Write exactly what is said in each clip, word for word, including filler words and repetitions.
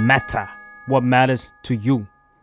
matter what matters to you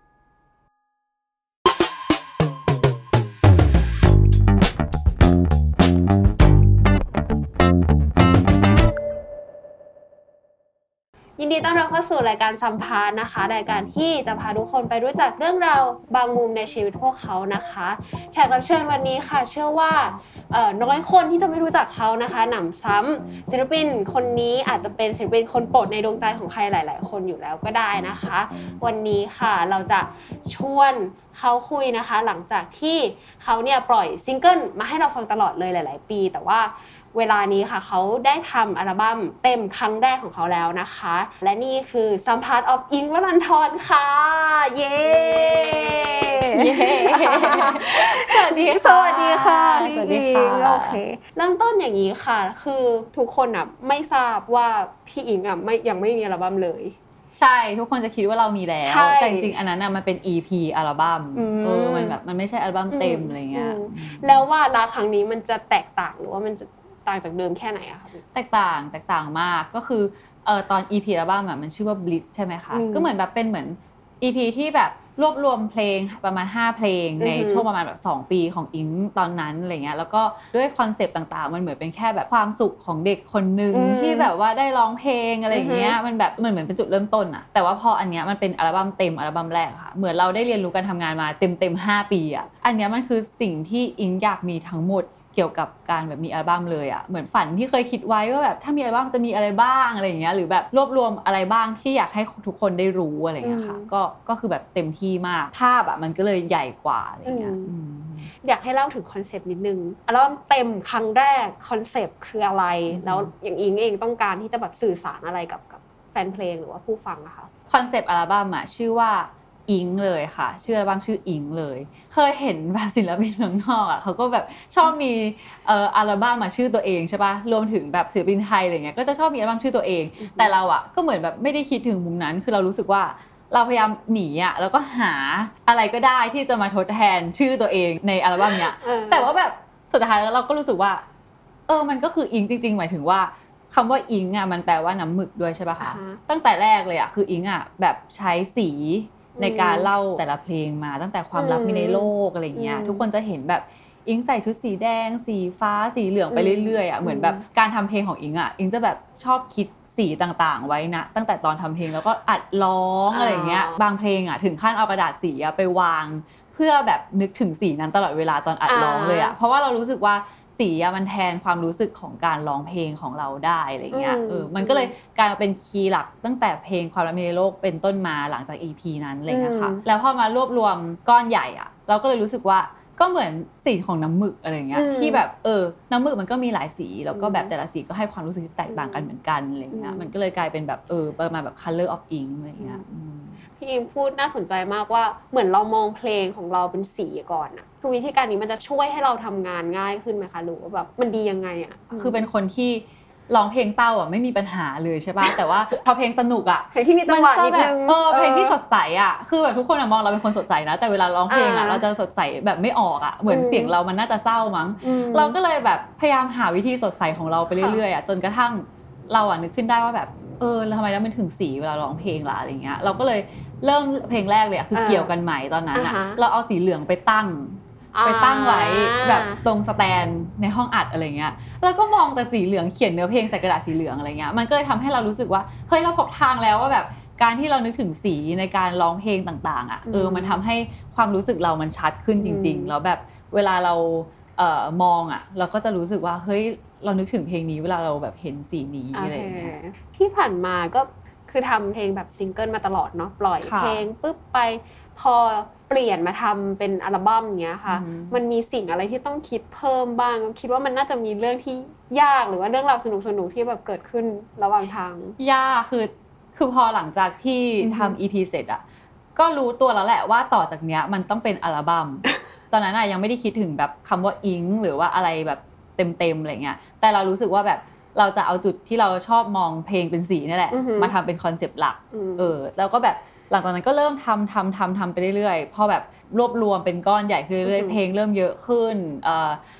ยินดีต้อนรับเข้าสู่รายการสัมภาษณ์นะคะรายการที่จะพาทุกคนไปรู้จักเรื่องราวบางมุมในชีวิตพวกเขานะคะแขกรับเชิญวันนี้ค่ะเชื่อว่าเอ่อน้อยคนที่จะไม่รู้จักเขานะคะหนำซ้ำศิลปินคนนี้อาจจะเป็นศิลปินคนโปรดในดวงใจของใครหลายๆคนอยู่แล้วก็ได้นะคะวันนี้ค่ะเราจะชวนเขาคุยนะคะหลังจากที่เขาเนี่ยปล่อยซิงเกิลมาให้เราฟังตลอดเลยหลายๆปีแต่ว่าเวลานี้ค่ะเขาได้ทำอัลบั้มเต็มครั้งแรกของเขาแล้วนะคะและนี่คือ Some Part of อิงค์ วรันธรค่ะเย้เย้สวัสดีค่ะสวัสดีค่ะพี่อิงค์โอเคเริ่มต้นอย่างนี้ค่ะคือทุกคนอ่ะไม่ทราบว่าพี่อิงค์อ่ะไม่ยังไม่มีอัลบั้มเลยใช่ทุกคนจะคิดว่าเรามีแล้วแต่จริงๆอันนั้นน่ะมันเป็น อี พี อัลบั้มเออมันแบบมันไม่ใช่อัลบั้มเต็มอะไรเงี้ยแล้วว่าละครั้งนี้มันจะแตกต่างหรือว่ามันจะต่างจากเดิมแค่ไหนอะคะแตกต่างแตกต่างมากก็คือเอ่อตอน อี พี อัลบั้มอ่ะมันชื่อว่า Bliss ใช่ไหมคะก็เหมือนแบบเป็นเหมือน อี พี ที่แบบรวบรวมเพลงประมาณห้าเพลงในช่วงประมาณแบบสองปีของอิงตอนนั้นอะไรเงี้ยแล้วก็ด้วยคอนเซปต์ต่างๆมันเหมือนเป็นแค่แบบความสุขของเด็กคนนึงที่แบบว่าได้ร้องเพลงอะไรอย่างเงี้ยมันแบบมันเหมือนเป็นจุดเริ่มต้นอะแต่ว่าพออันเนี้ยมันเป็นอัลบั้มเต็มอัลบั้มแรกค่ะเหมือนเราได้เรียนรู้การทำงานมาเต็มๆห้าปีอะอันเนี้ยมันคือสิ่งที่อิงอยากมีทั้งหมดเกี่ยวกับการแบบมีอัลบั้มเลยอ่ะเหมือนฝันที่เคยคิดไว้ว่าแบบถ้ามีอัลบั้มจะมีอะไรบ้างอะไรอย่างเงี้ยหรือแบบรวบรวมอะไรบ้างที่อยากให้ทุกคนได้รู้อะไรอย่างเงี้ยค่ะก็ก็คือแบบเต็มที่มากภาพอ่ะมันก็เลยใหญ่กว่าอะไรอย่างเงี้ยอยากให้เล่าถึงคอนเซปต์นิดนึงอัลบั้มเต็มครั้งแรกคอนเซปต์คืออะไรแล้วอย่างอิงเองต้องการที่จะแบบสื่อสารอะไรกับกับแฟนเพลงหรือว่าผู้ฟังนะคะคอนเซปต์อัลบั้มอ่ะชื่อว่าอิงเลยค่ะชื่ออัลบั้มชื่ออิงเลยเคยเห็นแบบศิลปินเมืองนอกอ่ะเขาก็แบบชอบมีเอ่ออัลบั้มมาชื่อตัวเองใช่ป่ะรวมถึงแบบศิลปินไทยอะไรเงี้ยก็จะชอบมีอัลบั้มชื่อตัวเองแต่เราอ่ะก็เหมือนแบบไม่ได้คิดถึงมุมนั้นคือเรารู้สึกว่าเราพยายามหนีอ่ะแล้วก็หาอะไรก็ได้ที่จะมาทดแทนชื่อตัวเองในอัลบั้มเนี้ยแต่ว่าแบบสุดท้ายแล้วเราก็รู้สึกว่าเออมันก็คืออิงจริงๆหมายถึงว่าคำว่าอิงอ่ะมันแปลว่าน้ำหมึกด้วยใช่ป่ะคะตั้งแต่แรกเลยอ่ะคืออิงอ่ะแบบใช้สีในการเล่าแต่ละเพลงมาตั้งแต่ความลับมีในโลกอะไรเงี้ยทุกคนจะเห็นแบบอิงใส่ชุดสีแดงสีฟ้าสีเหลืองไปเรื่อยๆอ่ะเหมือนแบบการทำเพลงของอิงอ่ะอิงจะแบบชอบคิดสีต่างๆไว้นะตั้งแต่ตอนทำเพลงแล้วก็อัดร้องอะไรเงี้ยบางเพลงอ่ะถึงขั้นเอากระดาษสีอ่ะไปวางเพื่อแบบนึกถึงสีนั้นตลอดเวลาตอนอัดร้องเลยอ่ะเพราะว่าเรารู้สึกว่าสีอะมันแทนความรู้สึกของการร้องเพลงของเราได้อะไรเงี้ยเออมันก็เลยกลายมาเป็นคีย์หลักตั้งแต่เพลงความลับในโลกเป็นต้นมาหลังจาก อี พี นั้นอะไรเงี้ยค่ะแล้วพอมารวบรวมก้อนใหญ่อ่ะเราก็เลยรู้สึกว่าก็เหมือนสีของน้ำหมึกอะไรเงี้ยที่แบบเออน้ำหมึกมันก็มีหลายสีแล้วก็แบบแต่ละสีก็ให้ความรู้สึกที่แตกต่างกันเหมือนกันอะไรเงี้ยมันก็เลยกลายเป็นแบบเออประมาณแบบ color of ink อะไรเงี้ยพี่อิงพูดน่าสนใจมากว่าเหมือนเรามองเพลงของเราเป็นสีก่อนอะคือวิธีการนี้มันจะช่วยให้เราทำงานง่ายขึ้นไหมคะหรือว่าแบบมันดียังไงอะคือเป็นคนที่ร้องเพลงเศร้าอ่ะไม่มีปัญหาเลยใช่ป่ะแต่ว่าพอเพลงสนุกอ่ะเพลงที่มีจังหวะนิดนึงเออเพลงที่สดใสอ่ะคือแบบทุกคนมองเราเป็นคนสดใสนะแต่เวลาร้องเพลงอ่ะเราจะสดใสแบบไม่ออกอ่ะเหมือนเสียงเรามันน่าจะเศร้ามั้งเราก็เลยแบบพยายามหาวิธีสดใสของเราไปเรื่อยๆอ่ะจนกระทั่งเราอ่ะนึกขึ้นได้ว่าแบบเออแล้วทำไมแล้วมันถึงสีเวลาร้องเพลงล่ะอะไรเงี้ยเราก็เลยเริ่มเพลงแรกเลยอ่ะคือเกี่ยวกันใหม่ตอนนั้นอ่ะเราเอาสีเหลืองไปตั้งไปตั้งไว้แบบตรงสแตนในห้องอัดอะไรเงี้ยแล้วก็มองแต่สีเหลืองเขียนเนื้อเพลงใส่กระดาษสีเหลืองอะไรเงี้ยมันก็เลยทำให้เรารู้สึกว่าเฮ้ยเราพบทางแล้วว่าแบบการที่เรานึกถึงสีในการร้องเพลงต่างๆอ่ะเออมันทำให้ความรู้สึกเรามันชัดขึ้นจริงๆแล้วแบบเวลาเราเอ่อมองอ่ะเราก็จะรู้สึกว่าเฮ้ยเรานึกถึงเพลงนี้เวลาเราแบบเห็นสีนี้อะไรเงี้ยที่ผ่านมาก็คือทำเพลงแบบซิงเกิลมาตลอดเนาะปล่อยเพลงปุ๊บไปพอเปลี่ยนมาทำเป็นอัลบั้มอย่างเงี้ยค่ะมันมีสิ่งอะไรที่ต้องคิดเพิ่มบ้างคิดว่ามันน่าจะมีเรื่องที่ยากหรือว่าเรื่องราวสนุกๆที่แบบเกิดขึ้นระหว่างทางยากคือคือพอหลังจากที่ทำ อี พี เสร็จอ่ะก็รู้ตัวแล้วแหละว่าต่อจากเนี้ยมันต้องเป็นอัลบั้มตอนนั้นอะยังไม่ได้คิดถึงแบบคำว่าอิงหรือว่าอะไรแบบเต็มๆอะไรเงี้ยแต่เรารู้สึกว่าแบบเราจะเอาจุดที่เราชอบมองเพลงเป็นสีนี่แหละมาทำเป็นคอนเซปต์หลักเออแล้วก็แบบหลังจากนั้นก็เริ่มทำทำทำทำไปเรื่อยๆพอแบบรวบรวมเป็นก้อนใหญ่ขึ้นเรื่อยๆเพลงเริ่มเยอะขึ้นเอ่อ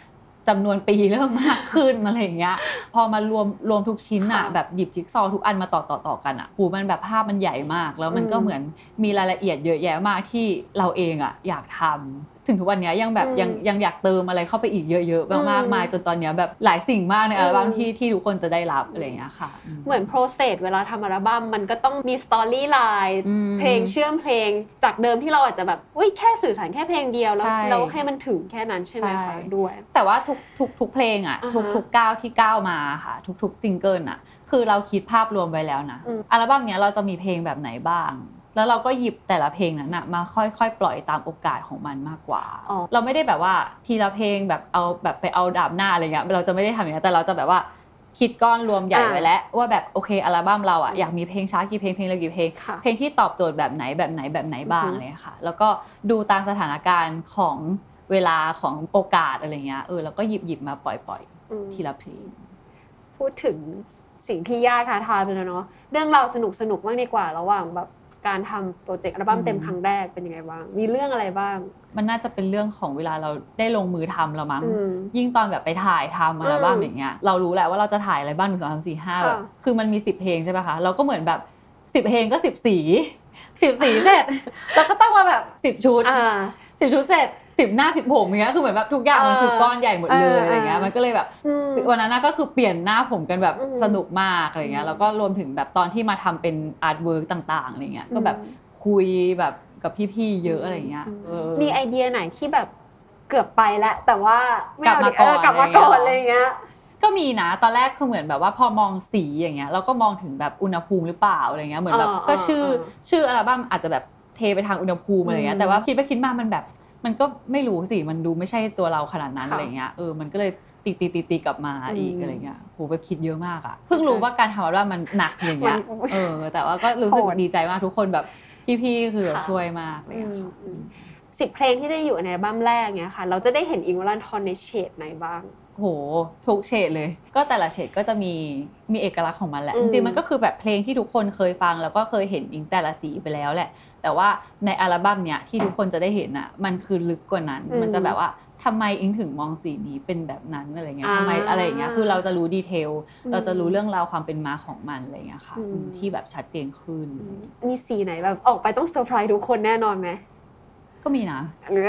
จำนวนปีเริ่มมากขึ้นอะไรอย่างเงี้ยพอมารวมรวมทุกชิ้นอ่ะแบบหยิบจิ๊กซอว์ทุกอันมาต่อต่อต่อกันอ่ะหูมันแบบภาพมันใหญ่มากแล้วมันก็เหมือนมีรายละเอียดเยอะแยะมากที่เราเองอ่ะอยากทำถึงทุกวันนี้ยังแบบยังยังอยากเติมอะไรเข้าไปอีกเยอะๆมากๆมายจนตอนนี้แบบหลายสิ่งมากในอัลบั้มที่ที่ทุกคนจะได้รับอะไรอย่างเงี้ยค่ะเหมือน process เวลาทำอัลบั้มมันก็ต้องมี story line เพลงเชื่อมเพลงจากเดิมที่เราอาจจะแบบอุ้ยแค่สื่อสารแค่เพลงเดียวแล้วเราให้มันถึงแค่นั้นใช่ไหมคะด้วยแต่ว่าทุกทุกทุกเพลงอ่ะทุกทุกก้าวที่ก้าวมาค่ะทุกทุกซิงเกิลอ่ะคือเราคิดภาพรวมไว้แล้วนะอัลบั้มเนี้ยเราจะมีเพลงแบบไหนบ้างแล้วเราก็หยิบแต่ละเพลงนั้นนะมาค่อยๆปล่อยตามโอกาสของมันมากกว่าเราไม่ได้แบบว่าทีละเพลงแบบเอาแบบไปเอาดาบหน้าอะไรเงี้ยเราจะไม่ได้ทำอย่างนี้แต่เราจะแบบว่าคิดก้อนรวมใหญ่ไว้แล้วว่าแบบโอเคอัลบั้มเราอ่ะอยากมีเพลงช้ากี่เพลงเพลงเร็วกี่เพลงเพลงที่ตอบโจทย์แบบไหนแบบไหนแบบไหนบ้างเลยค่ะแล้วก็ดูตามสถานการณ์ของเวลาของโอกาสอะไรเงี้ยเออแล้วก็หยิบหยิบมาปล่อยปล่อยทีละเพลงพูดถึงสิ่งที่ยากท้าทายไปแล้วเนาะเรื่องเราสนุกสนุกมากดีกว่าระหว่างแบบการทำโปรเจกต์อัลบั้มเต็มครั้งแรกเป็นยังไงบ้างมีเรื่องอะไรบ้างมันน่าจะเป็นเรื่องของเวลาเราได้ลงมือทำแล้วมั้งยิ่งตอนแบบไปถ่ายทำอัลบั้มอย่างเงี้ยเรารู้แหละว่าเราจะถ่ายอะไรบ้างหนึ่งสองสามสี่ห้าแบบคือมันมีสิบเพลงใช่ป่ะคะเราก็เหมือนแบบสิบเพลงก็สิบสีสิบสีเสร็จเราก็ต้องมาแบบสิบชุดสิบชุดเสร็จสิบหน้าสิบผมอย่างเงี้ยคือเหมือนแบบทุกอย่างมันคือก้อนใหญ่หมดเลยอะไรเงี้ยมันก็เลยแบบวันนั้นก็คือเปลี่ยนหน้าผมกันแบบสนุกมากอะไรเงี้ยแล้วก็รวมถึงแบบตอนที่มาทำเป็นอาร์ตเวิร์กต่างๆอะไรเงี้ยก็แบบคุยแบบกับพี่ๆเยอะอะไรเงี้ยมีไอเดียไหนที่แบบเกือบไปแล้วแต่ว่ากลับมาก่อนกลับมาก่อนอะไรเงี้ยก็มีนะตอนแรกคือเหมือนแบบว่าพอมองสีอย่างเงี้ยเราก็มองถึงแบบอุณหภูมิหรือเปล่าอะไรเงี้ยเหมือนแบบก็ชื่อชื่ออัลบั้มอาจจะแบบเทไปทางอุณหภูมิอะไรเงี้ยแต่ว่าคิดไปคิดมามันแบบมันก็ไม่รู้สิมันดูไม่ใช่ตัวเราขนาดนั้นอะไรเงี้ยเออมันก็เลยตีตีตีตีกลับมาอีกอะไรเงี้ยโหไปคิดเยอะมากอ่ะเพิ่งรู้ว่าการทำอัลบั้มมันหนักอย่างเงี้ยเออแต่ว่าก็รู้สึกดีใจมากทุกคนแบบพี่ๆคือช่วยมากเลยค่ะสิบเพลงที่จะอยู่ในอัลบั้มแรกเนี้ยค่ะเราจะได้เห็นอิงค์วรันธรในเฉดไหนบ้างโหทุกเฉดเลยก็แต่ละเฉดก็จะมีมีเอกลักษณ์ของมันแหละจริงๆมันก็คือแบบเพลงที่ทุกคนเคยฟังแล้วก็เคยเห็นอิงแต่ละสีไปแล้วแหละแต่ว่าในอัลบั้มเนี้ยที่ทุกคนจะได้เห็นอ่ะมันคือลึกกว่านั้นมันจะแบบว่าทำไมอิงถึงมองสีนี้เป็นแบบนั้นอะไรเงี้ยทำไมอะไรอย่างเงี้ยคือเราจะรู้ดีเทลเราจะรู้เรื่องราวความเป็นมาของมันอะไรเงี้ยค่ะที่แบบชัดเจนขึ้นมีสีไหนแบบออกไปต้องเซอร์ไพรส์ทุกคนแน่นอนไหมก็มีนะ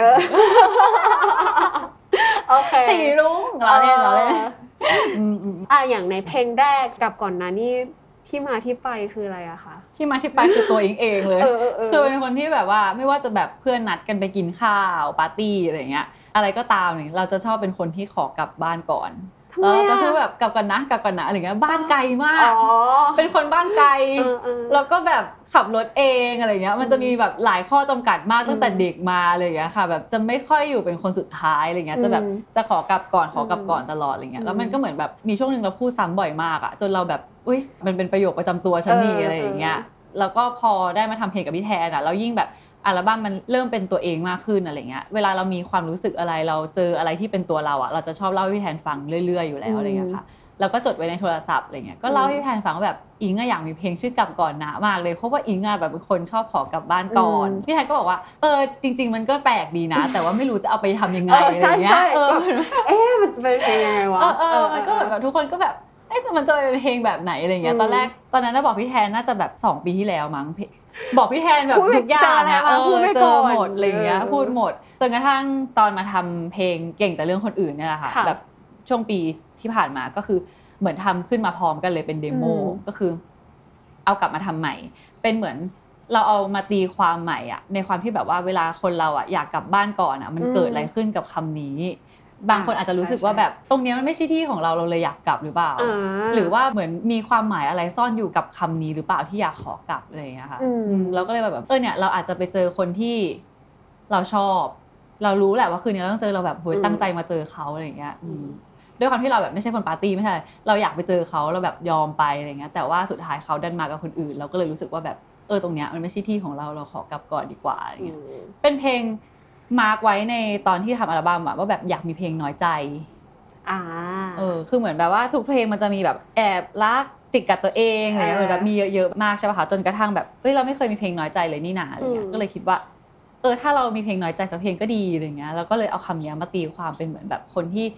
โอเคสีรุ้งเราเล่นเราเล่นอ่ะอย่างในเพลงแรกกับก่อนหน้านี่ที่มาที่ไปคืออะไรอะคะที่มาที่ไปคือตัวเองเองเลยคือเป็นคนที่แบบว่าไม่ว่าจะแบบเพื่อนนัดกันไปกินข้าวปาร์ตี้อะไรเงี้ยอะไรก็ตามเนี่ยเราจะชอบเป็นคนที่ขอกลับบ้านก่อนเราจะพูดแบบกลับกันนะกลับกันนะอะไรเงี้ยบ้านไกลมากเป็นคนบ้านไกลแล้วก็แบบขับรถเองอะไรเงี้ยมันจะมีแบบหลายข้อจำกัดมากตั้งแต่เด็กมาอะไรเงี้ยค่ะแบบจะไม่ค่อยอยู่เป็นคนสุดท้ายอะไรเงี้ยจะแบบจะขอกลับก่อนขอกลับก่อนตลอดอะไรเงี้ยแล้วมันก็เหมือนแบบมีช่วงนึงเราพูดซ้ำบ่อยมากอะจนเราแบบอุ๊ยมันเป็นประโยคประจำตัวฉันนี่อะไรอย่างเงี้ยแล้วก็พอได้มาทำเพลงกับพี่แทนอะแล้วยิ่งแบบอัลบั้มมันเริ่มเป็นตัวเองมากขึ้นอะไรเงี้ยเวลาเรามีความรู้สึกอะไรเราเจออะไรที่เป็นตัวเราอ่ะเราจะชอบเล่าให้พี่แทนฟังเรื่อยๆอยู่แล้วอะไรเงี้ยค่ะแล้วก็จดไว้ในโทรศัพท์อะไรเงี้ยก็เล่าให้พี่แทนฟังว่าแบบอิงอะอยากมีเพลงชื่อกลับก่อนนะมากเลยเพราะว่าอิงอะแบบเป็นคนชอบขอกลับบ้านก่อนพี่แทนก็บอกว่าเออจริงๆมันก็แปลกดีนะแต่ว่าไม่รู้จะเอาไปทำยังไงอะไรเงี้ยเออเอ๊ะมันจะเป็นเพลงยังไงวะเออมันก็แบบทุกคนก็แบบเอ๊ะมันจะเป็นเพลงแบบไหนอะไรเงี้ยตอนแรกตอนนั้นน่ะบอกพี่แทนน่าจะแบบสองปีที่แล้วมั้งบอกพี่แทนแบบทุกอย่างนะเออเจอหมดอะไรเงี้ยพูดหมดจนกระทั่งตอนมาทำเพลงเก่งแต่เรื่องคนอื่นเนี่ยแหละค่ะแบบช่วงปีที่ผ่านมาก็คือเหมือนทำขึ้นมาพร้อมกันเลยเป็นเดโมก็คือเอากลับมาทำใหม่เป็นเหมือนเราเอามาตีความใหม่อ่ะในความที่แบบว่าเวลาคนเราอ่ะอยากกลับบ้านก่อนอ่ะมันเกิดอะไรขึ้นกับคำนี้บางคนอาจจะรู้สึกว่าแบบตรงนี้มันไม่ใช่ที่ของเราเราเลยอยากกลับหรือเปล่าหรือว่าเหมือนมีความหมายอะไรซ่อนอยู่กับคำนี้หรือเปล่าที่อยากขอกลับอะไรอย่างเงี้ยค่ะเราก็เลยแบบเออเนี่ยเราอาจจะไปเจอคนที่เราชอบเรารู้แหละว่าคืนนี้เราต้องเจอเราแบบโหยตั้งใจมาเจอเขาอะไรอย่างเงี้ยด้วยความที่เราแบบไม่ใช่คนปาร์ตี้ไม่ใช่เราอยากไปเจอเขาเราแบบยอมไปอะไรเงี้ยแต่ว่าสุดท้ายเขาดันมากับคนอื่นเราก็เลยรู้สึกว่าแบบเออตรงเนี้ยมันไม่ใช่ที่ของเราเราขอกลับก่อนดีกว่าอะไรเงี้ยเป็นเพลงมาร์กไว้ในตอนที่ทำอัลบั้มอะว่าแบบอยากมีเพลงน้อยใจอ่าเออคือเหมือนแบบว่าทุกเพลงมันจะมีแบบแอบรักจิกกัดตัวเองอะไรเงี้ยเหมือนแบบมีเยอะๆมากใช่ป่ะคะจนกระทั่งแบบเอ้ยเราไม่เคยมีเพลงน้อยใจเลยนี่นาอะไรเงี้ยก็เลยคิดว่าเออถ้าเรามีเพลงน้อยใจสักเพลงก็ดีอะไรเงี้ยแล้วก็เลยเอาคำนี้มาตีความเป็นเหมือนแบบคนที่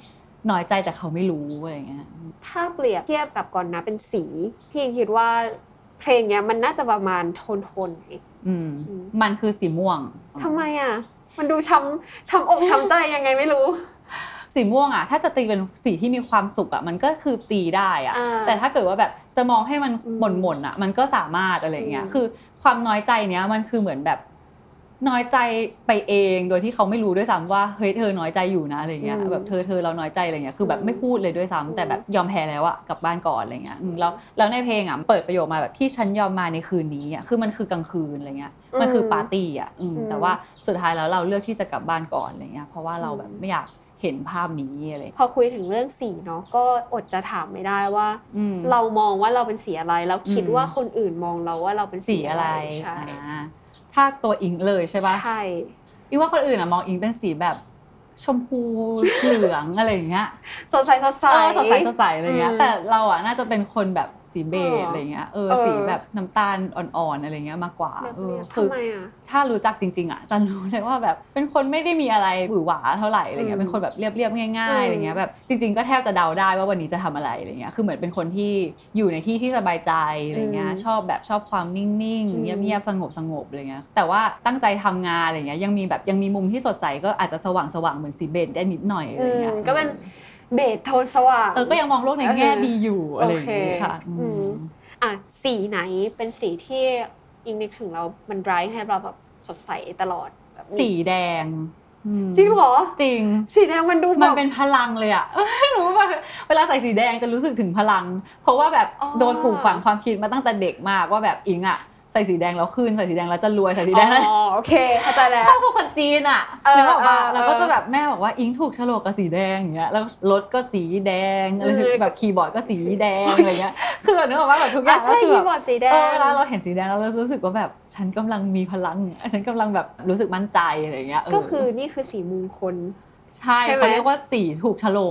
น้อยใจแต่เขาไม่รู้อะไรเงี้ยถ้าเปรียบเทียบกับก่อนนะเป็นสีพี่คิดว่าเพลงเนี้ยมันน่าจะประมาณโทนโทนไหนอืมมันคือสีม่วงทำไมอ่ะมันดูช้ำช้ำอกช้ำใจยังไงไม่รู้สีม่วงอ่ะถ้าจะตีเป็นสีที่มีความสุขอ่ะมันก็คือตีได้อ่ะแต่ถ้าเกิดว่าแบบจะมองให้มันหม่นๆอ่ะมันก็สามารถอะไรเงี้ยคือความน้อยใจเนี้ยมันคือเหมือนแบบน้อยใจไปเองโดยที่เขาไม่รู้ด้วยซ้ำว่าเฮ้ยเธอน้อยใจอยู่นะอะไรเงี้ยแบบเธอเธอเราน้อยใจอะไรเงี้ยคือแบบไม่พูดเลยด้วยซ้ำแต่แบบยอมแพ้แล้วอะกลับบ้านก่อนอะไรเงี้ยแล้วแล้วในเพลงอะเปิดประโยคมาแบบที่ฉันยอมมาในคืนนี้อะคือมันคือกลางคืนอะไรเงี้ยมันคือปาร์ตี้อะแต่ว่าสุดท้ายแล้วเราเลือกที่จะกลับบ้านก่อนอะไรเงี้ยเพราะว่าเราแบบไม่อยากเห็นภาพนี้อะไรพอคุยถึงเรื่องสีเนาะก็อดจะถามไม่ได้ว่าเรามองว่าเราเป็นสีอะไรแล้วคิดว่าคนอื่นมองเราว่าเราเป็นสีอะไรใช่ถ้าตัวอิงเลยใช่ป่ะใช่อิงว่าคนอื่นอ่ะมองอิงเป็นสีแบบชมพูเหลืองอะไรอย่างเงี้ยสดใสสดใสเออสดใสสดใสอะไรเงี้ยแต่เราอ่ะน่าจะเป็นคนแบบสีเบจอะไรเงี้ยเออสีแบบน้ำตาลอ่อนๆอะไรเงี้ยมากกว่าเออคือถ้ารู้จักจริงๆอ่ะจะรู้เลยว่าแบบเป็นคนไม่ได้มีอะไรหวือหวาเท่าไหร่อะไรเงี้ยเป็นคนแบบเรียบๆง่ายๆอะไรเงี้ยแบบจริงๆก็แทบจะเดาได้ว่าวันนี้จะทำอะไรอะไรเงี้ยคือเหมือนเป็นคนที่อยู่ในที่ที่สบายใจอะไรเงี้ยชอบแบบชอบความนิ่งๆเงียบๆสงบๆอะไรเงี้ยแต่ว่าตั้งใจทำงานอะไรเงี้ยยังมีแบบยังมีมุมที่สดใสก็อาจจะสว่างๆเหมือนสีเบจได้นิดหน่อยอะไรเงี้ยก็เป็นเบจโทนสว่างเออก็ยังมองโลกในแง่ดีอยู่อะไรอย่างเงี้ยค่ะอ่ะสีไหนเป็นสีที่อิงนึกถึงเรามันไบรท์ให้เราแบบสดใสตลอดแบบสีแดงจริงเหรอจริงสีแดงมันดูมันเป็นพลังเลยอะไม่รู้ว่าเวลาใส่สีแดงจะรู้สึกถึงพลังเพราะว่าแบบโดนปลูกฝังความคิดมาตั้งแต่เด็กมากว่าแบบอิงอะใส่สีแดงแล้วขึ้นใส่สีแดงแล้วจะรวยใส่สีแดงแล้วอ๋อโอเคเข้าใจแล้วครอบครัวคนจีนอ่ะนึกออกป่ะแล้วก็จะแบบแม่บอกว่าอิงถูกโฉลกกับสีแดงอย่างเงี้ยแล้วรถก็สีแดงอะไรแบบคีย์บอร์ดก็สีแดงอะไรเงี้ยคือนึกออกป่ะแบบทุกอย่างก็คือแบบเออเวลาเราเห็นสีแดงแล้วเรารู้สึกว่าแบบฉันกำลังมีพลังฉันกำลังแบบรู้สึกมั่นใจอะไรเงี้ยก็คือนี่คือสีมงคลใช่เขาเรียกว่าสีถูกโฉลก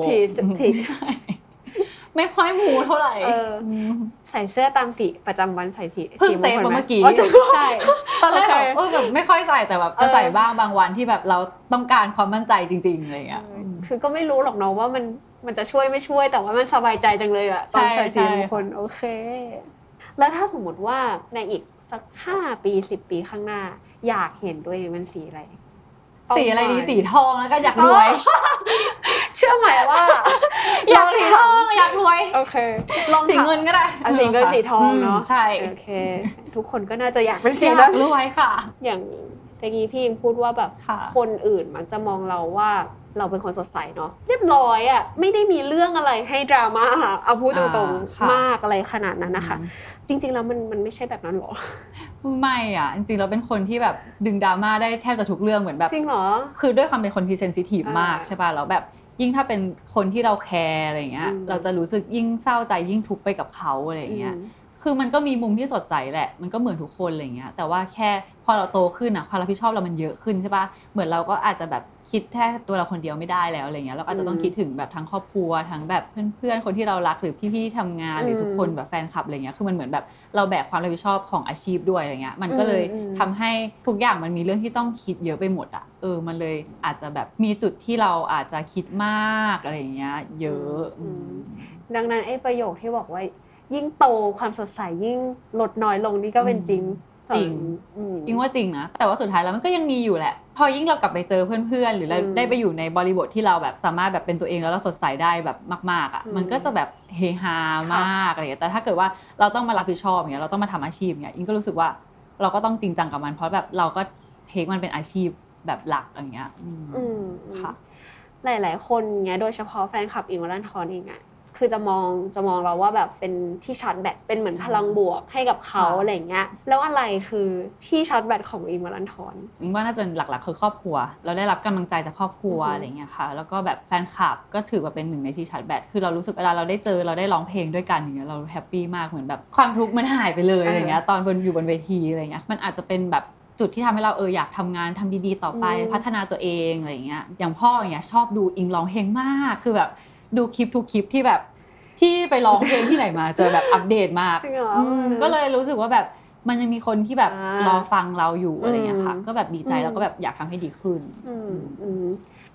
ไม่ค่อยมูเท่าไหร่ใส่เสื้อตามสีประจำวันใส่สีเพิ่งเซฟเมื่อกี้ใช่ตอนแรกเออแบบไม่ค่อยใส่แต่แบบจะใส่บ้างบางวันที่แบบเราต้องการความมั่นใจจริงๆอะไรอย่างเงี้ยคือก็ไม่รู้หรอกเนาะว่ามันมันจะช่วยไม่ช่วยแต่ว่ามันสบายใจจังเลยอะตอนใส่สีมงคลโอเคแล้วถ้าสมมติว่าในอีกสักห้าปีสิบปีข้างหน้าอยากเห็นตัวเองเป็นสีอะไรสีอะไรดีสีทองแล้วก็อยากรวยเชื่อไหมว่าอยากทองอยากรวยโอเคลองสีเงินก็ได้สีเงินสีทองเนาะใช่โอเคทุกคนก็น่าจะอยากเป็นสีนั้นรวยค่ะอย่างเมื่อกี้พี่ยังพูดว่าแบบคนอื่นมักจะมองเราว่าเราเป็นคนสดใสเนาะเรียบร้อยอ่ะไม่ได้มีเรื่องอะไรให้ดราม่าเอาพูดตรงๆมากอะไรขนาดนั้นนะคะจริงๆแล้วมันมันไม่ใช่แบบนั้นหรอไม่อ่ะจริงๆเราเป็นคนที่แบบดึงดราม่าได้แทบจะทุกเรื่องเหมือนแบบจริงเหรอคือด้วยความเป็นคนที่เซนซิทีฟมากใช่ป่ะแล้วแบบยิ่งถ้าเป็นคนที่เราแคร์อะไรเงี้ยเราจะรู้สึกยิ่งเศร้าใจยิ่งทุกข์ไปกับเขาอะไรเงี้ยคือมันก็มีมุมที่สดใสแหละมันก็เหมือนทุกคนอะไรเงี้ยแต่ว่าแค่พอเราโตขึ้นอ่ะความรับผิดชอบเรามันเยอะขึ้นใช่ป่ะเหมือนเราก็อาจจะแบบคิดแค่ตัวเราคนเดียวไม่ได้แล้วอะไรเงี้ยเราอาจจะต้องคิดถึงแบบทั้งครอบครัวทั้งแบบเพื่อนๆคนที่เรารักหรือพี่ๆที่ทำงานหรือทุกคนแบบแฟนคลับอะไรเงี้ยคือมันเหมือนแบบเราแบกความรับผิดชอบของอาชีพด้วยอะไรเงี้ยมันก็เลยทำให้ทุกอย่างมันมีเรื่องที่ต้องคิดเยอะไปหมดอ่ะเออมันเลยอาจจะแบบมีจุดที่เราอาจจะคิดมากอะไรเงี้ยเยอะดังนั้นไอ้ประโยคที่บอกว่ายิ่งโตความสดใสยิ่งลดน้อยลงนี่ก็เป็นจริงจริงยิ่งว่าจริงนะแต่ว่าสุดท้ายแล้วมันก็ยังมีอยู่แหละพอยิ่งเรากลับไปเจอเพื่อนๆหรือเราได้ไปอยู่ในบริบทที่เราแบบสามารถแบบเป็นตัวเองแล้วเราสดใสได้แบบมากๆอ่ะมันก็จะแบบเฮฮามากอะไรอย่างเงี้ยแต่ถ้าเกิดว่าเราต้องมารับผิดชอบอย่างเงี้ยเราต้องมาทำอาชีพอย่างเงี้ยยิ่งก็รู้สึกว่าเราก็ต้องจริงจังกับมันเพราะแบบเราก็เทคมันเป็นอาชีพแบบหลักอย่างเงี้ยค่ะหลายๆคนเงี้ยโดยเฉพาะแฟนคลับอิงค์ วรันธรเองอ่ะคือจะมองจะมองเราว่าแบบเป็นที่ชาร์จแบตเป็นเหมือนพลังบวกให้กับเขาอะไรเงี้ยแล้วอะไรคือที่ชาร์จแบตของอิงค์ วรันธรอิงว่าน่าจะหลักๆคือครอบครัวเราได้รับกำลังใจจากครอบครัวอะไรเงี้ยค่ะแล้วก็แบบแฟนคลับก็ถือว่าเป็นหนึ่งในที่ชาร์จแบตคือเรารู้สึกเวลาเราได้เจอเราได้ร้องเพลงด้วยกันอย่างเงี้ยเราแฮปปี้มากเหมือนแบบความทุกข์มันหายไปเลยอะไรเงี้ยตอนบนอยู่บนเวทีอะไรเงี้ยมันอาจจะเป็นแบบจุดที่ทำให้เราเอออยากทำงานทำดีๆต่อไปพัฒนาตัวเองอะไรเงี้ยอย่างพ่ออย่างเงี้ยชอบดูอิงร้องเพลงมากคือแบบดูคลิปทุกคลิปที่แบบที่ไปร้องเพลงที่ไหนมาเจอแบบอัปเดตมากก็เลยรู้สึกว่าแบบมันยังมีคนที่แบบรอฟังเราอยู่อะไรเงี้ยค่ะก็แบบดีใจแล้วก็แบบอยากทำให้ดีขึ้น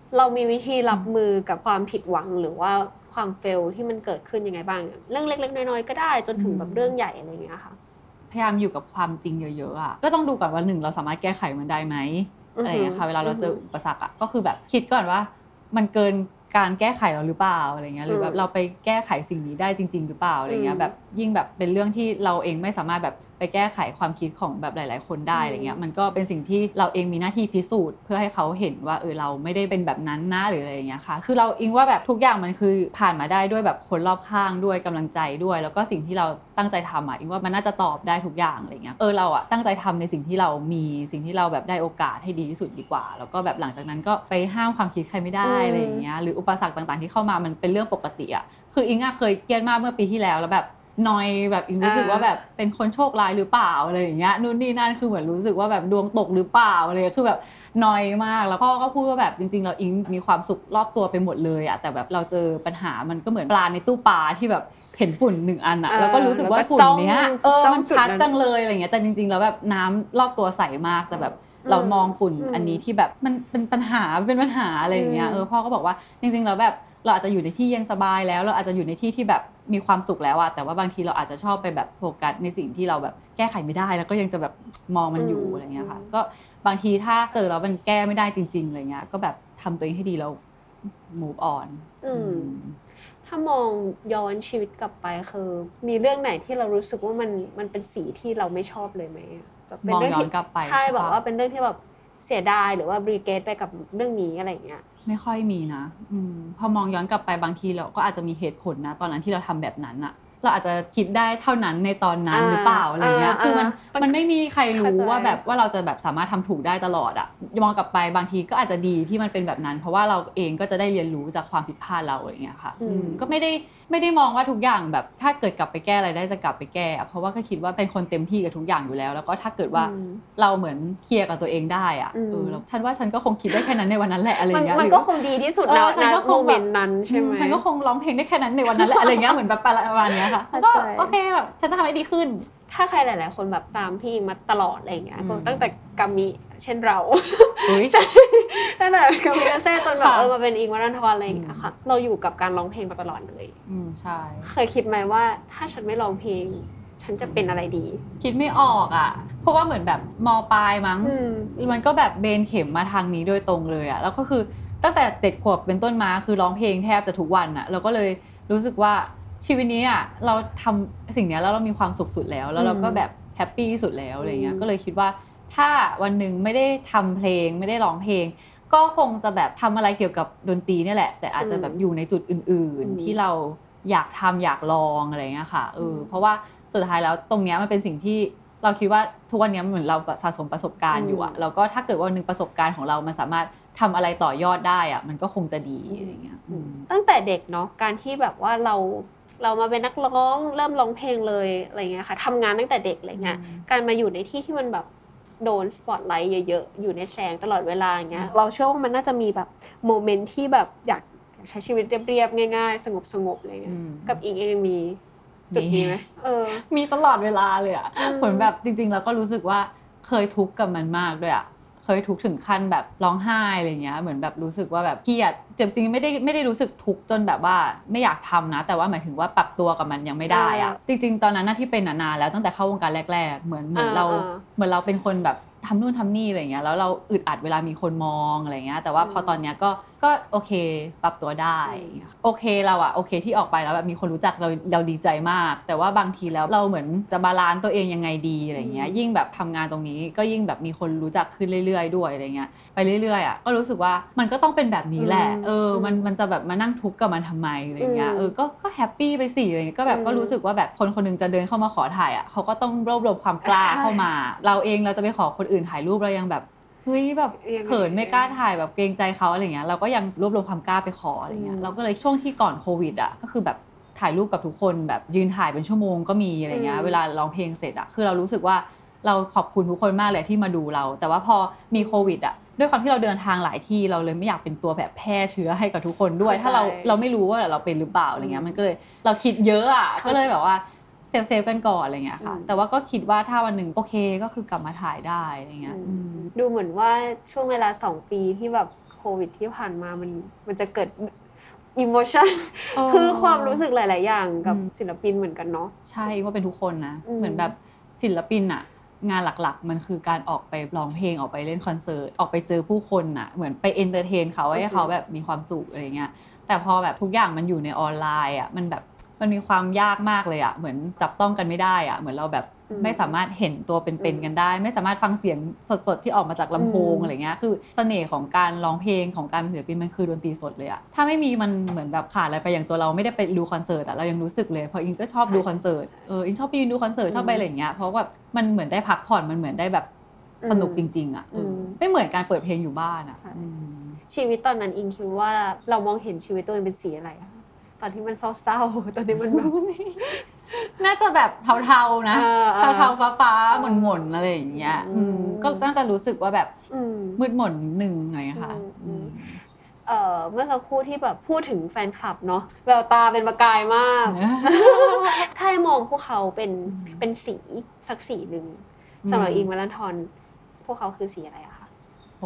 เรามีวิธีรับมือกับความผิดหวังหรือว่าความเฟลที่มันเกิดขึ้นยังไงบ้างเรื่องเล็กๆน้อยๆก็ได้จนถึงแบบเรื่องใหญ่อะไรอย่างเงี้ยค่ะพยายามอยู่กับความจริงเยอะๆอ่ะก็ต้องดูก่อนว่าหนึ่งเราสามารถแก้ไขมันได้ไหมอะไรอย่างเงี้ยค่ะเวลาเราเจออุปสรรคอ่ะก็คือแบบคิดก่อนว่ามันเกินการแก้ไขเราหรือเปล่าอะไรเงี้ยหรือแบบเราไปแก้ไขสิ่งนี้ได้จริงๆหรือเปล่าอะไรเงี้ยแบบยิ่งแบบเป็นเรื่องที่เราเองไม่สามารถแบบไปแก้ไขความคิดของแบบหลายๆคนได้อะไรเงี้ยมันก็เป็นสิ่งที่เราเองมีหน้าที่พิสูจน์เพื่อให้เขาเห็นว่าเออเราไม่ได้เป็นแบบนั้นนะหรืออะไรอย่างเงี้ยค่ะคือเราอิงว่าแบบทุกอย่างมันคือผ่านมาได้ด้วยแบบคนรอบข้างด้วยกำลังใจด้วยแล้วก็สิ่งที่เราตั้งใจทำอ่ะอิงว่ามันน่าจะตอบได้ทุกอย่างอะไรเงี้ยเออเราอ่ะตั้งใจทำในสิ่งที่เรามีสิ่งที่เราแบบได้โอกาสให้ดีที่สุดดีกว่าแล้วก็แบบหลังจากนั้นก็ไปห้ามความคิดใครไม่ได้อะไรอย่างเงี้ยหรืออุปสรรคต่างๆที่เข้ามามันเป็นเรื่องปกติอ่ะคืออิงอ่ะเคยเครียดมากเมื่อปีที่แล้วแล้วแบบนอยแบบอิงรู้สึกว่าแบบเป็นคนโชคร้ายหรือเปล่าอะไรอย่างเงี้ยนู่นนี่นั่นคือเหมือนรู้สึกว่าแบบดวงตกหรือเปล่าอะไรคือแบบนอยมากแล้วพ่อก็พูดว่าแบบจริงๆเราอิงมีความสุขรอบตัวไปหมดเลยอะแต่แบบเราเจอปัญหามันก็เหมือนปลาในตู้ปลาที่แบบเห็นฝุ่นหนึ่งอันอะแล้วก็รู้สึกว่าฝุ่นเนี้ยเออมันชัดจังเลยอะไรเงี้ยแต่จริงๆแล้วแบบน้ำรอบตัวใสมากแต่แบบเรามองฝุ่นอันนี้ที่แบบมันเป็นปัญหาเป็นปัญหาอะไรอย่างเงี้ยเออพ่อก็บอกว่าจริงๆแล้วแบบเราอาจจะอยู่ในที่เย็นสบายแล้วเราอาจจะอยู่ในที่ที่แบบมีความสุขแล้วอะแต่ว่าบางทีเราอาจจะชอบไปแบบโฟกัสในสิ่งที่เราแบบแก้ไขไม่ได้แล้วก็ยังจะแบบมองมันอยู่อะไรเงี้ยค่ะก็บางทีถ้าเจอแล้วมันแก้ไม่ได้จริงๆอะไรเงี้ยก็แบบทำตัวเองให้ดีแล้ว move on ถ้ามองย้อนชีวิตกลับไปคือมีเรื่องไหนที่เรารู้สึกว่ามันมันเป็นสีที่เราไม่ชอบเลยไหมแบบเป็นเรื่องที่ใช่แบบว่าเป็นเรื่องที่แบบเสียดายหรือว่าบริเกตไปกับเรื่องนี้อะไรเงี้ยไม่ค่อยมีนะอืมพอมองย้อนกลับไปบางทีเราก็อาจจะมีเหตุผลนะตอนนั้นที่เราทำแบบนั้นอะเราอาจจะคิดได้เท่านั้นในตอนนั้นหรือเปล่าอะไรเงี้ยคือมันมันไม่มีใครรู้ว่าแบบว่าเราจะแบบสามารถทำถูกได้ตลอดอะมองกลับไปบางทีก็อาจจะดีที่มันเป็นแบบนั้นเพราะว่าเราเองก็จะได้เรียนรู้จากความผิดพลาดเราอะไรเงี้ยค่ะก็ไม่ได้ไม่ได้มองว่าทุกอย่างแบบถ้าเกิดกลับไปแก้อะไรได้จะกลับไปแก้เพราะว่าก็คิดว่าเป็นคนเต็มที่กับทุกอย่างอยู่แล้วแล้วก็ถ้าเกิดว่าเราเหมือนเคลียร์กับตัวเองได้อะเออฉันว่าฉันก็คงคิดได้แค่นั้นในวันนั้นแหละอะไรเงี้ยมันก็คงดีที่สุดแล้วในโมเมนต์นั้นใช่ไหมฉันก็คงร้องเพลงได้แค่นั้นในวันนั้นแหละอะไรเงี้ยเหมือนแบบประมาณนี้ค่ะก็โอเคแบบฉันจะทำให้ดีขึ้นถ้าใครหลายๆคนแบบตามพี่มาตลอดอะไรเงี้ยตั้งแต่กามิเช่นเราตั้งแต่กามิเซ่จนแบบเออมาเป็นอิงวัฒนธรอะไรอย่างเงี้ยค่ะเราอยู่กับการร้องเพลงมาตลอดเลยอืมใช่เคยคิดไหมว่าถ้าฉันไม่ร้องเพลงฉันจะเป็นอะไรดีคิดไม่ออกอ่ะเพราะว่าเหมือนแบบม.ปลายมั้งมันก็แบบเบนเข็มมาทางนี้โดยตรงเลยอ่ะแล้วก็คือตั้งแต่เจ็ดขวบเป็นต้นมาคือร้องเพลงแทบจะทุกวันอ่ะเราก็เลยรู้สึกว่าชีวิตนี้อ่ะเราทำสิ่งนี้แล้วเรามีความสุขสุดแล้วแล้วเราก็แบบแฮปปี้สุดแล้วอะไรเงี้ยก็เลยคิดว่าถ้าวันหนึ่งไม่ได้ทำเพลงไม่ได้ร้องเพลงก็คงจะแบบทำอะไรเกี่ยวกับดนตรีนี่แหละแต่อาจจะแบบอยู่ในจุดอื่นๆที่เราอยากทำอยากลองอะไรเงี้ยค่ะเออเพราะว่าสุดท้ายแล้วตรงนี้มันเป็นสิ่งที่เราคิดว่าทุกวันนี้เหมือนเราสะสมประสบการณ์อยู่อะแล้วก็ถ้าเกิดว่าวันนึงประสบการณ์ของเรามันสามารถทำอะไรต่อยอดได้อะมันก็คงจะดีอะไรเงี้ยตั้งแต่เด็กเนาะการที่แบบว่าเราเรามาเป็นนักร้องเริ่มร้องเพลงเลยอะไรเงี้ยค่ะทำงานตั้งแต่เด็กอะไรเงี้ยการมาอยู่ในที่ที่มันแบบโดนสปอตไลท์เยอะๆอยู่ในแสงตลอดเวลาอย่างเงี้ยเราเชื่อว่ามันน่าจะมีแบบโมเมนต์ที่แบบอยากใช้ชีวิตเรียบๆง่ายๆสงบๆอะไรเงี้ยกับอิงเองมีจุดนี้ไหมเออมีตลอดเวลาเลยอ่ะเหมือนแบบจริงๆแล้วก็รู้สึกว่าเคยทุกข์กับมันมากด้วยอ่ะเคยทุกข์ถึงขั้นแบบร้องไห้อะไรเงี้ยเหมือนแบบรู้สึกว่าแบบเครียดจริงๆไม่ได้ไม่ได้รู้สึกทุกข์จนแบบว่าไม่อยากทำนะแต่ว่าหมายถึงว่าปรับตัวกับมันยังไม่ได้อ่ะจริงๆตอนนั้นน่ะที่เป็นนานๆแล้วตั้งแต่เข้าวงการแรกๆเหมือนเหมือนเราเหมือนเราเป็นคนแบบทำนู่นทำนี่อะไรเงี้ยแล้วเราอึดอัดเวลามีคนมองอะไรเงี้ยแต่ว่าพอตอนเนี้ยก็ก็โอเคปรับตัวได้โอเคเราอะโอเคที่ออกไปแล้วแบบมีคนรู้จักเราเราดีใจมากแต่ว่าบางทีแล้วเราเหมือนจะบาลานซ์ตัวเองยังไงดีอะไรเงี้ยยิ่งแบบทำงานตรงนี้ก็ยิ่งแบบมีคนรู้จักขึ้นเรื่อยๆด้วยอะไรเงี้ยไปเรื่อยๆอะก็รู้สึกว่ามันก็ต้องเป็นแบบนี้แหละเออมันมันจะแบบมานั่งทุกข์กับมันทำไมอะไรเงี้ยเออก็ก็แฮปปี้ไปสิอะไรเงี้ยก็แบบก็รู้สึกว่าแบบคนคนนึงจะเดินเข้ามาขอถ่ายอะเขาก็ต้องรวบรวมความกล้าเข้ามาเราเองเราจะไปขอคนอื่นถ่ายรูปเรายังแบบเฮ้ยแบบเขินไม่กล้าถ่ายแบบเกรงใจเขาอะไรเงี้ยเราก็ยังรวบรวมความกล้าไปขออะไรเงี้ยเราก็เลยช่วงที่ก่อนโควิดอ่ะก็คือแบบถ่ายรูปกับทุกคนแบบยืนถ่ายเป็นชั่วโมงก็มีอะไรเงี้ยเวลาร้องเพลงเสร็จอ่ะคือเรารู้สึกว่าเราขอบคุณทุกคนมากเลยที่มาดูเราแต่ว่าพอมีโควิดอ่ะด้วยความที่เราเดินทางหลายที่เราเลยไม่อยากเป็นตัวแบบแพร่เชื้อให้กับทุกคนด้วยถ้าเราเราไม่รู้ว่าเราเป็นหรือเปล่าอะไรเงี้ยมันก็เลยเราคิดเยอะอ่ะก็เลยแบบว่าเซฟเซฟกันก่อนอะไรเงี้ยค่ะแต่ว่าก็คิดว่าถ้าวันหนึ่งโอเคก็คือกลับมาถ่ายได้อะไรเงี้ยดูเหมือนว่าช่วงเวลาสองปีที่แบบโคโควิดที่ผ่านมามันมันจะเกิดอิโมชันคือความรู้สึกหลายๆอย่างกับศิลปินเหมือนกันเนาะใช่ว่าเป็นทุกคนนะเหมือนแบบศิลปินอะงานหลักๆมันคือการออกไปร้องเพลงออกไปเล่นคอนเสิร์ตออกไปเจอผู้คนน่ะเหมือนไปเอนเตอร์เทนเขาให้เขาแบบมีความสุขอะไรเงี้ยแต่พอแบบทุกอย่างมันอยู่ในออนไลน์อ่ะมันแบบมันมีความยากมากเลยอ่ะเหมือนจับต้องกันไม่ได้อ่ะเหมือนเราแบบไม่สามารถเห็นตัวเป็นๆกันได้ไม่สามารถฟังเสียงสดๆที่ออกมาจากลำโพงอะไรเงี้ยคือเสน่ห์ของการร้องเพลงของการเป็นศิลปินมันคือดนตรีสดเลยอ่ะถ้าไม่มีมันเหมือนแบบขาดอะไรไปอย่างตัวเราไม่ได้ไปดูคอนเสิร์ตอ่ะเรายังรู้สึกเลยเพราะอิงก็ชอบดูคอนเสิร์ตเอออิงชอบไปดูคอนเสิร์ตชอบไปอะไรอย่างเงี้ยเพราะแบบมันเหมือนได้พักผ่อนมันเหมือนได้แบบสนุกจริงๆอ่ะไม่เหมือนการเปิดเพลงอยู่บ้านอ่ะชีวิตตอนนั้นอิงคิดว่าเรามองเห็นชีวิตตัวเองเป็นสีอะไรตอนที่มันเศร้าๆตอนนี้มันน่าจะแบบเทาๆนะเทาๆฟ้าๆหม่นๆอะไรอย่างเงี้ยก็น่าจะรู้สึกว่าแบบมืดหม่นหนึ่งไงค่ะเอ่อเมื่อสักครู่ที่แบบพูดถึงแฟนคลับเนาะแววตาเป็นประกายมากถ้าให้มองพวกเขาเป็นเป็นสีสักสีหนึ่งสำหรับอิงค์ วรันธรพวกเขาคือสีอะไรอะคะโห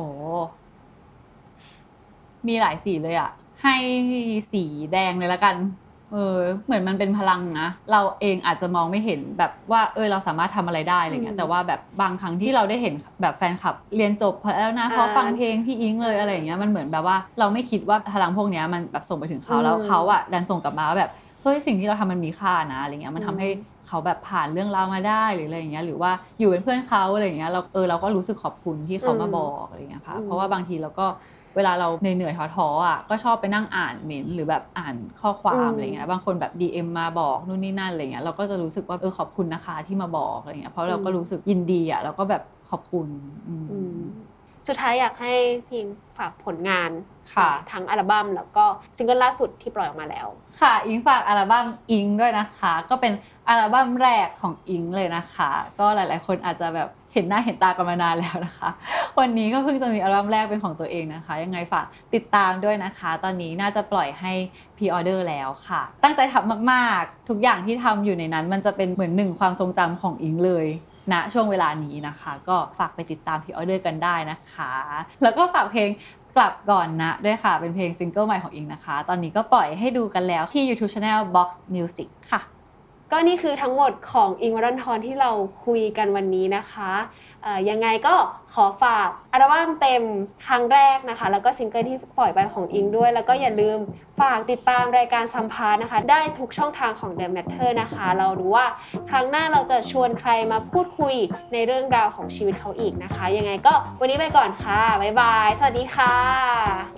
มีหลายสีเลยอะให้สีแดงเลยละกันเออเหมือนมันเป็นพลังนะเราเองอาจจะมองไม่เห็นแบบว่าเออเราสามารถทำอะไรได้อะไรเงี้ยแต่ว่าแบบบางครั้งที่เราได้เห็นแบบแฟนคลับเรียนจบแล้วนะพอฟังเพลงพี่อิงเลยอะไรอย่างเงี้ยมันเหมือนแบบว่าเราไม่คิดว่าพลังพวกนี้มันแบบส่งไปถึงเขาแล้วเขาอะดันส่งกลับมาว่าแบบเฮ้ยสิ่งที่เราทำมันมีค่านะอะไรเงี้ยมันทำให้เขาแบบผ่านเรื่องราวมาได้หรืออะไรอย่างเงี้ยหรือว่าอยู่เป็นเพื่อนเขาอะไรอย่างเงี้ยเราเออเราก็รู้สึกขอบคุณที่เขามาบอกอะไรเงี้ยค่ะเพราะว่าบางทีเราก็เวลาเราเหนื่อยๆท้อๆอ่ะก็ชอบไปนั่งอ่านเมนต์หรือแบบอ่านข้อความอะไรเงี้ยบางคนแบบ ดี เอ็ม มาบอกนู่นนี่นั่นอะไรเงี้ยเราก็จะรู้สึกว่าเออขอบคุณนะคะที่มาบอกอะไรเงี้ยเพราะเราก็รู้สึกยินดีอ่ะแล้วก็แบบขอบคุณสุดท้ายอยากให้พิงฝากผลงานค่ะทั้งอัลบั้มแล้วก็ซิงเกิลล่าสุดที่ปล่อยออกมาแล้วค่ะอิงฝากอัลบั้มอิงด้วยนะคะก็เป็นอัลบั้มแรกของอิงเลยนะคะก็หลายๆคนอาจจะแบบเห็นหน้าเห็นตากันมานานแล้วนะคะวันนี้ก็เพิ่งจะมีอัลบั้มแรกเป็นของตัวเองนะคะยังไงฝากติดตามด้วยนะคะตอนนี้น่าจะปล่อยให้พรีออเดอร์แล้วค่ะตั้งใจทำมากๆทุกอย่างที่ทำอยู่ในนั้นมันจะเป็นเหมือนหนึ่งความทรงจำของอิงเลยณช่วงเวลานี้นะคะก็ฝากไปติดตามพรีออเดอร์กันได้นะคะแล้วก็ฝากเพลงกลับก่อนนะด้วยค่ะเป็นเพลงซิงเกิลใหม่ของอิงนะคะตอนนี้ก็ปล่อยให้ดูกันแล้วที่ YouTube Channel Box Music ค่ะก็นี่คือทั้งหมดของอิงค์ วรันธรที่เราคุยกันวันนี้นะคะเอ่อยังไงก็ขอฝากอัลบั้มเต็มครั้งแรกนะคะแล้วก็ซิงเกิลที่ปล่อยไปของอิงค์ด้วยแล้วก็อย่าลืมฝากติดตามรายการสัมภาษณ์นะคะได้ทุกช่องทางของ The Matter นะคะเราดูว่าครั้งหน้าเราจะชวนใครมาพูดคุยในเรื่องราวของชีวิตเขาอีกนะคะยังไงก็วันนี้ไปก่อนค่ะบ๊ายบายสวัสดีค่ะ